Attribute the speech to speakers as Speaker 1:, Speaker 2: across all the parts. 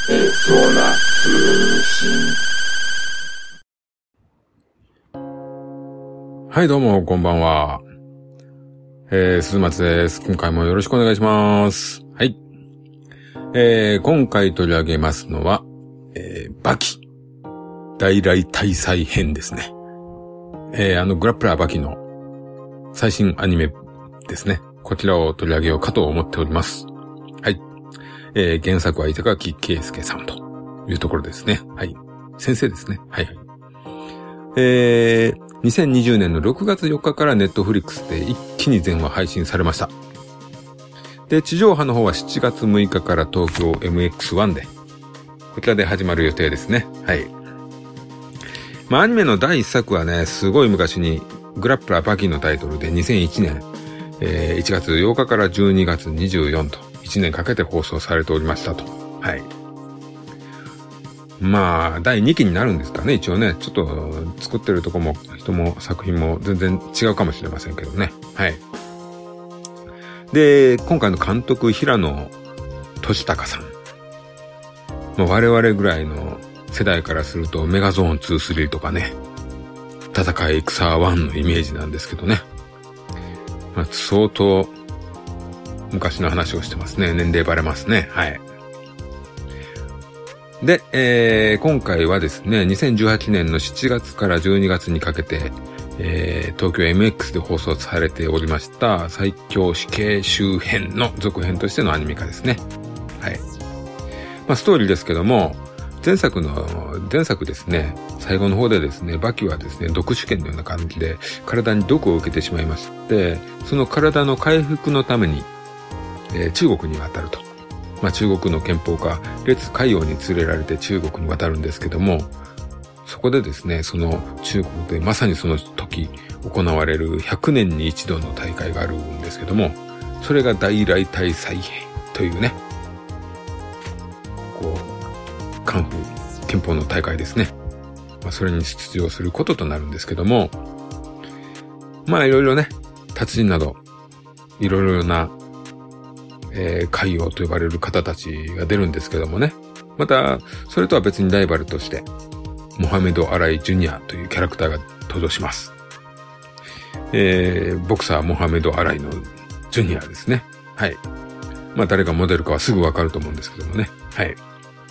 Speaker 1: はい、どうも、こんばんは。鈴松です。今回もよろしくお願いします。はい。今回取り上げますのは、バキ。大来大祭編ですね。グラップラーバキの最新アニメですね。こちらを取り上げようかと思っております。はい。原作は板垣圭介さんというところですね。はい。先生ですね。はいはい。2020年の6月4日からネットフリックスで一気に全話配信されました。で、地上波の方は7月6日から東京 MX1 で、こちらで始まる予定ですね。はい。まあ、アニメの第一作はね、すごい昔に、グラップラーバキのタイトルで2001年、1月8日から12月24と、1年かけて放送されておりましたと。はい。まあ、第2期になるんですかね、一応ね。ちょっと、作ってるとこも、人も、作品も全然違うかもしれませんけどね。はい。で、今回の監督、平野俊孝さん。まあ、我々ぐらいの世代からすると、メガゾーン2、3とかね、戦い草1のイメージなんですけどね。まあ、相当、昔の話をしてますね。年齢バレますね。はい。で、今回はですね、2018年の7月から12月にかけて、東京 MX で放送されておりました最強死刑囚編の続編としてのアニメ化ですね。はい。まあ、ストーリーですけども、前作ですね、最後の方でですね、バキはですね、毒手剣のような感じで体に毒を受けてしまいまして、その体の回復のために、中国に渡ると。まあ、中国の憲法下、列海洋に連れられて中国に渡るんですけども、そこでですね、その中国でまさにその時行われる100年に一度の大会があるんですけども、それが大来大祭編というね、こう、カンフー憲法の大会ですね。まあ、それに出場することとなるんですけども、まあいろいろね、達人など、いろいろな海王と呼ばれる方たちが出るんですけどもね。また、それとは別にライバルとして、モハメド・アライ・ジュニアというキャラクターが登場します。ボクサーモハメド・アライのジュニアですね。はい。まあ誰がモデルかはすぐわかると思うんですけどもね。はい。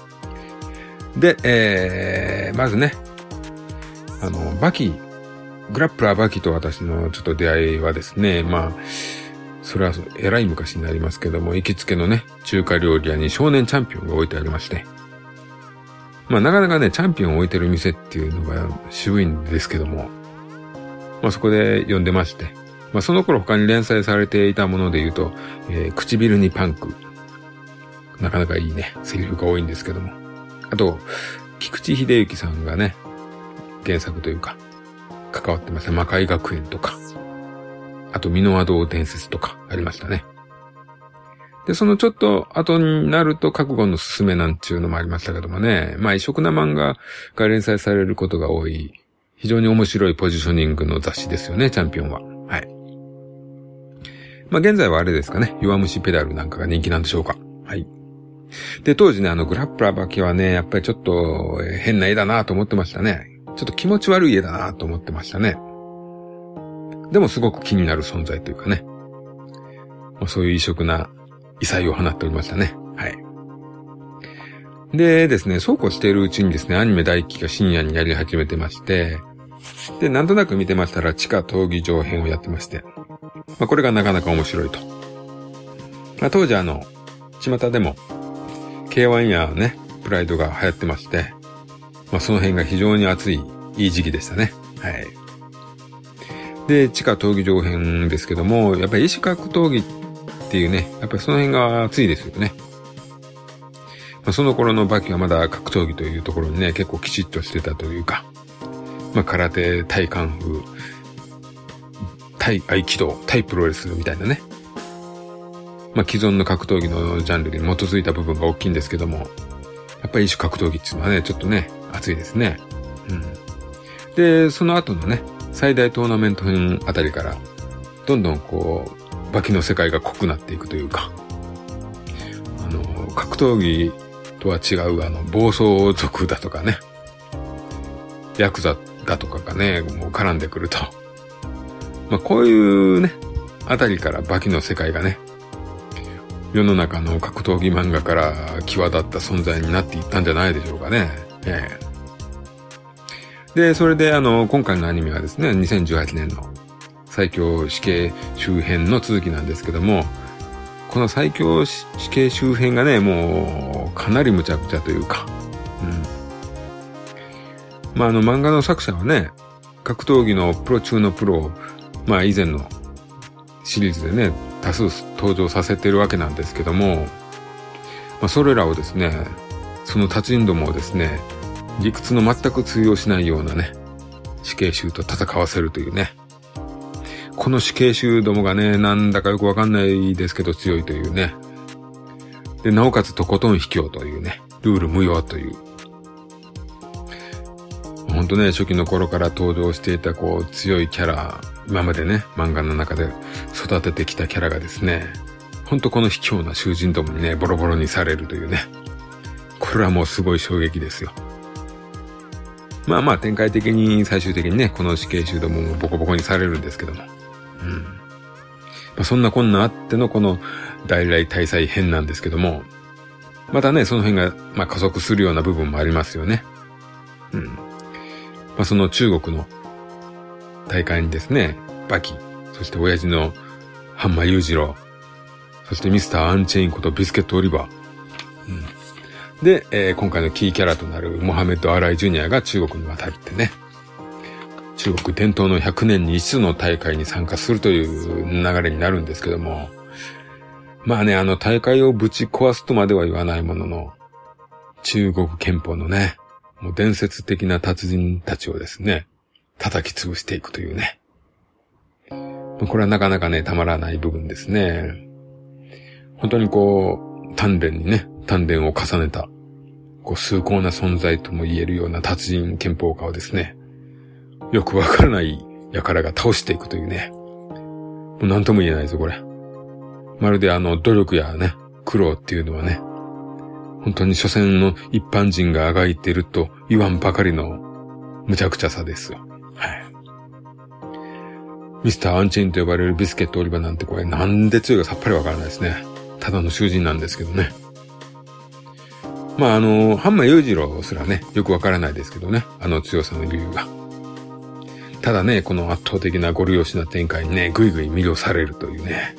Speaker 1: で、まずね、バキ、グラップラーバキと私のちょっと出会いはですね、まあ、それはえらい昔になりますけども、行きつけのね、中華料理屋に少年チャンピオンが置いてありまして。まあなかなかね、チャンピオンを置いてる店っていうのが渋いんですけども、まあそこで読んでまして。まあその頃他に連載されていたもので言うと、唇にパンク。なかなかいいね、セリフが多いんですけども。あと、菊池秀幸さんがね、原作というか、関わってました魔界学園とか。あと、箕輪堂伝説とかありましたね。で、そのちょっと後になると覚悟のすすめなんていうのもありましたけどもね。まあ異色な漫画が連載されることが多い、非常に面白いポジショニングの雑誌ですよね、チャンピオンは。はい。まあ現在はあれですかね、弱虫ペダルなんかが人気なんでしょうか。はい。で、当時ね、グラップラーバキはね、やっぱりちょっと変な絵だなと思ってましたね。ちょっと気持ち悪い絵だなと思ってましたね。でもすごく気になる存在というかね。そういう異色な異彩を放っておりましたね。はい。でですね、そうこうしているうちにですね、アニメ第1期が深夜にやり始めてまして、で、なんとなく見てましたら地下闘技場編をやってまして、まあこれがなかなか面白いと。まあ当時巷でも K1 やね、プライドが流行ってまして、まあその辺が非常に熱い、いい時期でしたね。はい。で、地下闘技場編ですけども、やっぱり異種格闘技っていうね、やっぱりその辺が熱いですよね。まあ、その頃のバキはまだ格闘技というところにね、結構きちっとしてたというか、まあ空手、対カンフー、対合気道、対プロレスみたいなね。まあ既存の格闘技のジャンルに基づいた部分が大きいんですけども、やっぱり異種格闘技っていうのはね、ちょっとね、熱いですね。うん。で、その後のね、最大トーナメント編あたりから、どんどんこう、バキの世界が濃くなっていくというか、格闘技とは違う暴走族だとかね、ヤクザだとかがね、もう絡んでくると。まあこういうね、あたりからバキの世界がね、世の中の格闘技漫画から際立った存在になっていったんじゃないでしょうかね。で、それで今回のアニメはですね、2018年の最強死刑周辺の続きなんですけども、この最強死刑周辺がね、もうかなり無茶苦茶というか、まあ漫画の作者はね、格闘技のプロ中のプロを、まあ以前のシリーズでね、多数登場させてるわけなんですけども、まあそれらをですね、その達人どもをですね、理屈の全く通用しないようなね、死刑囚と戦わせるというね。この死刑囚どもがね、なんだかよくわかんないですけど強いというね。で、なおかつとことん卑怯というね、ルール無用という。ほんとね、初期の頃から登場していたこう強いキャラ、今までね、漫画の中で育ててきたキャラがですね、ほんとこの卑怯な囚人どもにね、ボロボロにされるというね。これはもうすごい衝撃ですよ。まあまあ展開的に最終的にね、この死刑囚どももボコボコにされるんですけども。まあそんなこんなあってのこの大来大祭編なんですけども、またね、その辺がまあ加速するような部分もありますよね。まあその中国の大会にですね、バキ、そして親父のハンマ裕次郎、そしてミスターアンチェインことビスケット・オリバー。で、今回のキーキャラとなるモハメッド・アライ・ジュニアが中国に渡るってね。中国伝統の100年に一度の大会に参加するという流れになるんですけども。まあね、大会をぶち壊すとまでは言わないものの、中国憲法のね、もう伝説的な達人たちをですね、叩き潰していくというね。これはなかなかね、たまらない部分ですね。本当にこう、鍛錬にね、鍛錬を重ねた、こう、崇高な存在とも言えるような達人憲法家をですね、よくわからない輩が倒していくというね。もう何とも言えないですよ、これ。まるで努力やね、苦労っていうのはね、本当に所詮の一般人があがいていると言わんばかりの無茶苦茶さですよ。はい。ミスターアンチェインと呼ばれるビスケット・オリバーなんてこれなんで強いかさっぱりわからないですね。ただの囚人なんですけどね。まあハンマー裕次郎すらね、よくわからないですけどね、強さの理由が。ただね、この圧倒的なご利用しな展開にね、ぐいぐい魅了されるというね。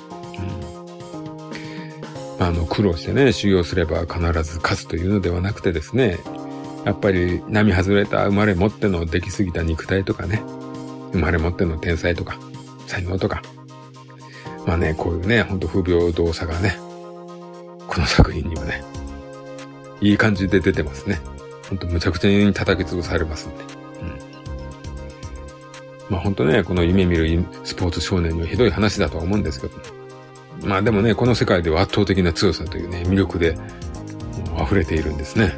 Speaker 1: 苦労してね、修行すれば必ず勝つというのではなくてですね、やっぱり並外れた生まれ持っての出来すぎた肉体とかね、生まれ持っての天才とか、才能とか。まあね、こういうね、ほんと不平等さがね、この作品にはね、いい感じで出てますね。ほんとむちゃくちゃに叩き潰されますんで。まあほんとね、この夢見るスポーツ少年にはひどい話だとは思うんですけど。まあでもね、この世界では圧倒的な強さというね、魅力で溢れているんですね。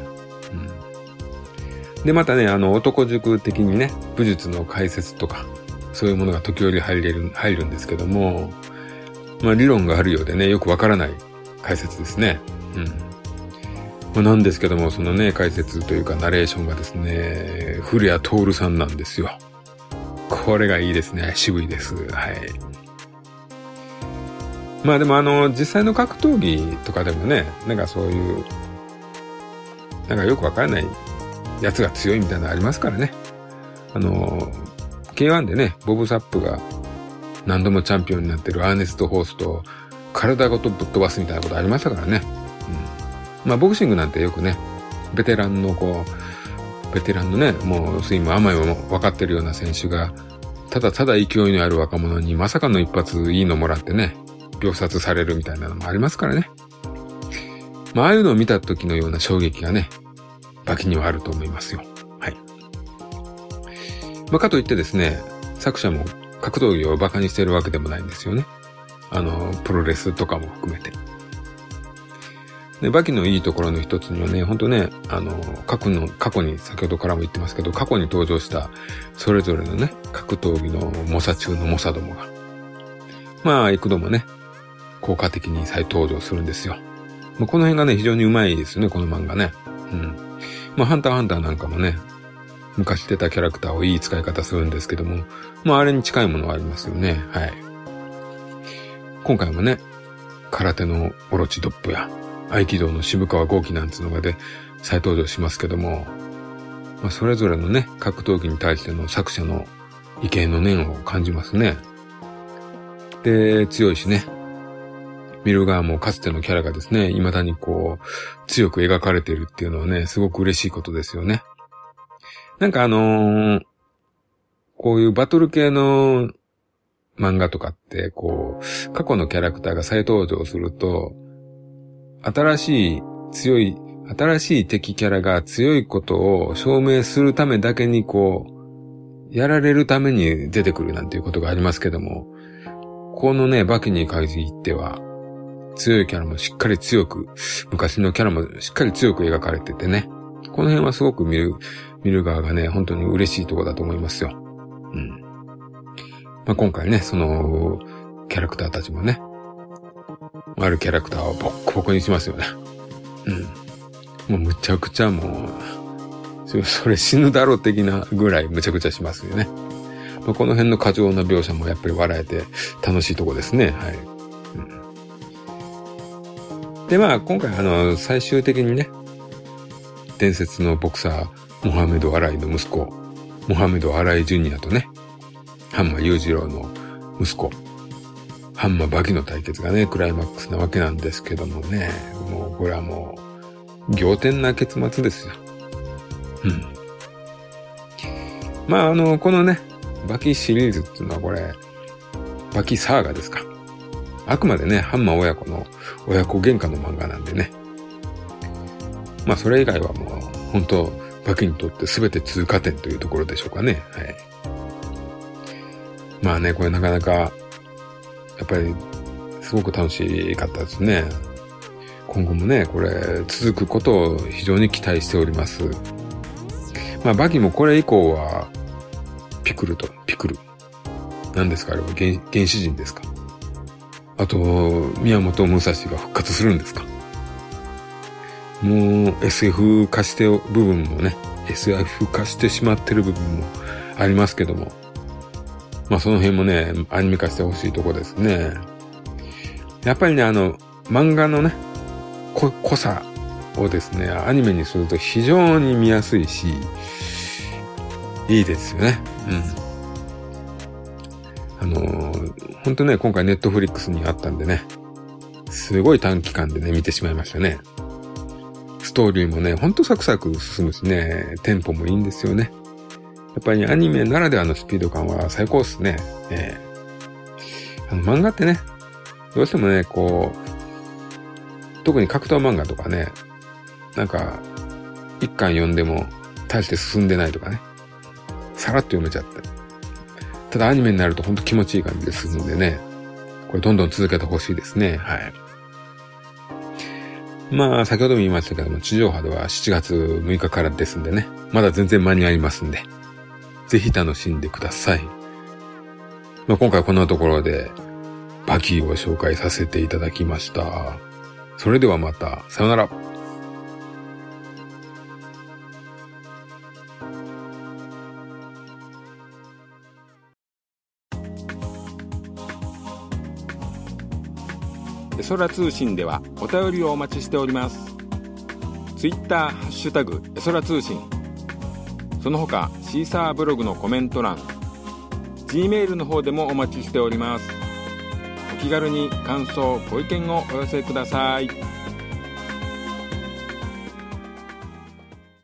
Speaker 1: で、またね、男塾的にね、武術の解説とか、そういうものが時折入るんですけども、まあ理論があるようでね、よくわからない解説ですね。なんですけども、そのね、解説というかナレーションがですね、古谷徹さんなんですよ。これがいいですね。渋いです。はい。まあでも実際の格闘技とかでもね、なんかそういう、なんかよくわからないやつが強いみたいなのありますからね。K1 でね、ボブサップが何度もチャンピオンになってるアーネスト・ホーストを体ごとぶっ飛ばすみたいなことありましたからね。まあボクシングなんてよくね、ベテランのね、もうスイム甘いも分かってるような選手が、ただただ勢いのある若者にまさかの一発いいのもらってね、秒殺されるみたいなのもありますからね。まあああいうのを見た時のような衝撃がね、バキにはあると思いますよ。はい。まあかといってですね、作者も格闘技をバカにしてるわけでもないんですよね。プロレスとかも含めて。で、バキのいいところの一つにはね、ほんとね、過去に先ほどからも言ってますけど、過去に登場したそれぞれのね、格闘技の猛者中の猛者どもが、まあ、幾度もね、効果的に再登場するんですよ。 この辺がね、非常にうまいですよね、この漫画ね。ハンターハンターなんかもね、昔出たキャラクターをいい使い方するんですけども、あれに近いものがありますよね。はい。今回もね、空手のオロチドップや、合気道の渋川豪輝なんつうのがで再登場しますけども、それぞれのね、格闘技に対しての作者の意見の念を感じますね。で、強いしね。見る側もかつてのキャラがですね、未だに強く描かれているっていうのはね、すごく嬉しいことですよね。なんかこういうバトル系の漫画とかって、過去のキャラクターが再登場すると、新しい敵キャラが強いことを証明するためだけにやられるために出てくるなんていうことがありますけども、このね、バキに限っては、強いキャラもしっかり強く、昔のキャラもしっかり強く描かれててね、この辺はすごく見る側がね、本当に嬉しいところだと思いますよ。今回ね、その、キャラクターたちもね、あるキャラクターをボッコボコにしますよね。もうむちゃくちゃそれ死ぬだろう的なぐらいむちゃくちゃしますよね。この辺の過剰な描写もやっぱり笑えて楽しいとこですね。はい。で、今回最終的にね、伝説のボクサー、モハメド・アライの息子、モハメド・アライ・ジュニアとね、ハンマ裕次郎の息子、ハンマバキの対決がね、クライマックスなわけなんですけどもね、もうこれはもう、仰天な結末ですよ。このね、バキシリーズっていうのはこれ、バキサーガですか。あくまでね、ハンマ親子の親子喧嘩の漫画なんでね。それ以外はもう、本当バキにとって全て通過点というところでしょうかね。はい。これなかなか、やっぱり、すごく楽しかったですね。今後もね、これ、続くことを非常に期待しております。バキもこれ以降は、ピクル。何ですかあれは原始人ですか。あと、宮本武蔵が復活するんですか。もう SF 化して部分もね、SF 化してしまってる部分もありますけども。その辺もね、アニメ化してほしいとこですね。やっぱりね、漫画のね、濃さをですね、アニメにすると非常に見やすいし、いいですよね。ほんとね、今回ネットフリックスにあったんでね、すごい短期間でね、見てしまいましたね。ストーリーもね、ほんとサクサク進むしね、テンポもいいんですよね。やっぱりアニメならではのスピード感は最高ですね。漫画ってね、どうしてもね、特に格闘漫画とかね、なんか、一巻読んでも大して進んでないとかね、さらっと読めちゃって。ただアニメになるとほんと気持ちいい感じで進むんでね、これどんどん続けてほしいですね。はい。先ほども言いましたけども、地上波では7月6日からですんでね、まだ全然間に合いますんで、ぜひ楽しんでください。今回はこんなところで、バキを紹介させていただきました。それではまた、さよなら。
Speaker 2: エソラ通信ではお便りをお待ちしております。ツイッターハッシュタグエソラ通信、その他シーサーブログのコメント欄、Gmail の方でもお待ちしております。お気軽に感想ご意見をお寄せください。